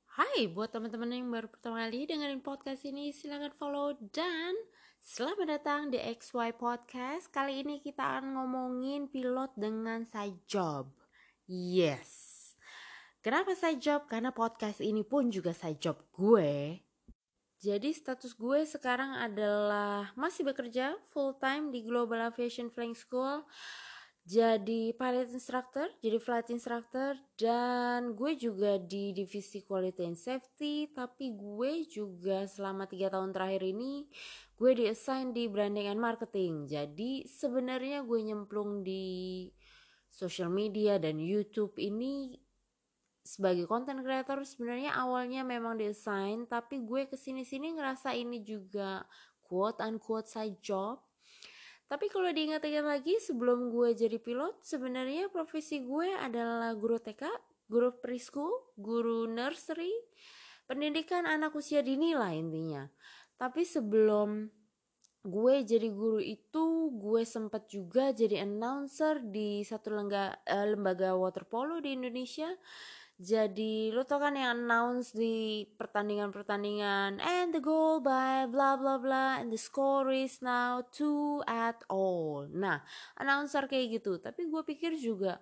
Hai, buat teman-teman yang baru pertama kali dengerin podcast ini, silahkan follow dan selamat datang di XY Podcast. Kali ini kita akan ngomongin pilot dengan side job. Yes. Kenapa side job? Karena podcast ini pun juga side job gue. Jadi status gue sekarang adalah masih bekerja full time di Global Aviation Flying School. Jadi pilot instructor, jadi flight instructor, dan gue juga di divisi quality and safety. Tapi gue juga selama 3 tahun terakhir ini gue di-assign di branding and marketing. Jadi sebenarnya gue nyemplung di social media dan YouTube ini sebagai content creator. Sebenarnya awalnya memang di-assign, tapi gue kesini-sini ngerasa ini juga quote unquote side job. Tapi kalau diingat-ingat lagi, sebelum gue jadi pilot, sebenarnya profesi gue adalah guru TK, guru preschool, guru nursery, pendidikan anak usia dini lah intinya. Tapi sebelum gue jadi guru itu, gue sempat juga jadi announcer di satu lembaga water polo di Indonesia. Jadi lo tau kan yang announce di pertandingan and the goal by bla bla bla and the score is now 2-all. Nah, announcer kayak gitu. Tapi gue pikir juga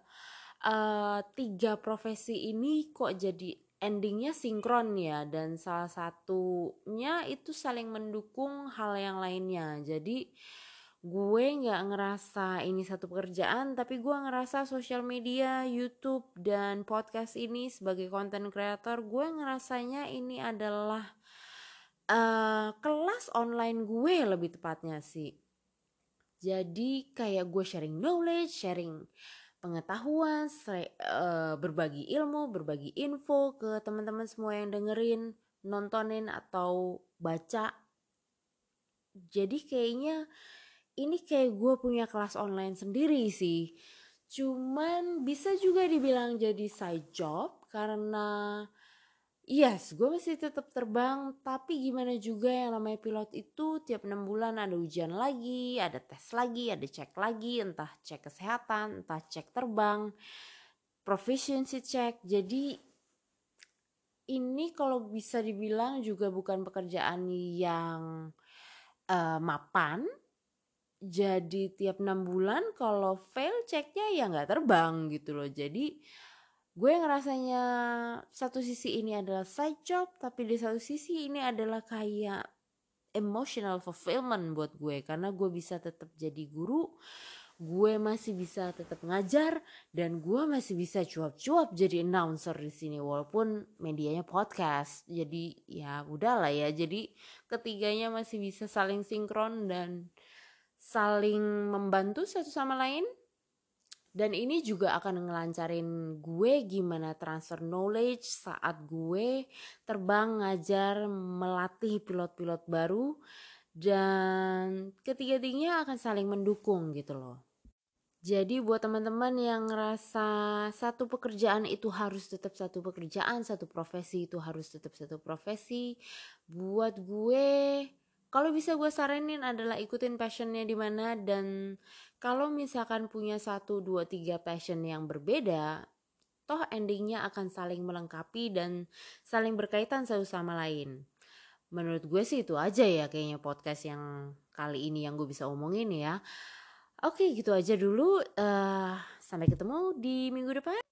3 profesi ini kok jadi endingnya sinkron ya, dan salah satunya itu saling mendukung hal yang lainnya. Jadi gue nggak ngerasa ini satu pekerjaan, tapi gue ngerasa social media, YouTube dan podcast ini sebagai content creator, gue ngerasanya ini adalah kelas online gue lebih tepatnya sih. Jadi kayak gue sharing knowledge, sharing pengetahuan, berbagi ilmu, berbagi info ke teman-teman semua yang dengerin, nontonin atau baca. Jadi kayaknya ini kayak gue punya kelas online sendiri sih. Cuman bisa juga dibilang jadi side job karena yes, gue masih tetap terbang, tapi gimana juga yang namanya pilot itu tiap 6 bulan ada ujian lagi, ada tes lagi, ada cek lagi, entah cek kesehatan, entah cek terbang, proficiency check. Jadi ini kalau bisa dibilang juga bukan pekerjaan yang mapan. Jadi tiap 6 bulan kalau fail ceknya ya gak terbang gitu loh. Jadi gue ngerasanya satu sisi ini adalah side job, tapi di satu sisi ini adalah kayak emotional fulfillment buat gue, karena gue bisa tetap jadi guru, gue masih bisa tetap ngajar, dan gue masih bisa cuap-cuap jadi announcer di sini walaupun medianya podcast. Jadi ya udahlah ya. Jadi ketiganya masih bisa saling sinkron dan saling membantu satu sama lain. Dan ini juga akan ngelancarin gue gimana transfer knowledge saat gue terbang, ngajar, melatih pilot-pilot baru. Dan ketiga-tiganya akan saling mendukung gitu loh. Jadi buat teman-teman yang ngerasa satu pekerjaan itu harus tetap satu pekerjaan, satu profesi itu harus tetap satu profesi, buat gue kalau bisa gue saranin adalah ikutin passionnya di mana. Dan kalau misalkan punya 1, 2, 3 passion yang berbeda, toh endingnya akan saling melengkapi dan saling berkaitan satu sama lain. Menurut gue sih itu aja ya kayaknya podcast yang kali ini yang gue bisa omongin ya. Oke, gitu aja dulu. Sampai ketemu di minggu depan.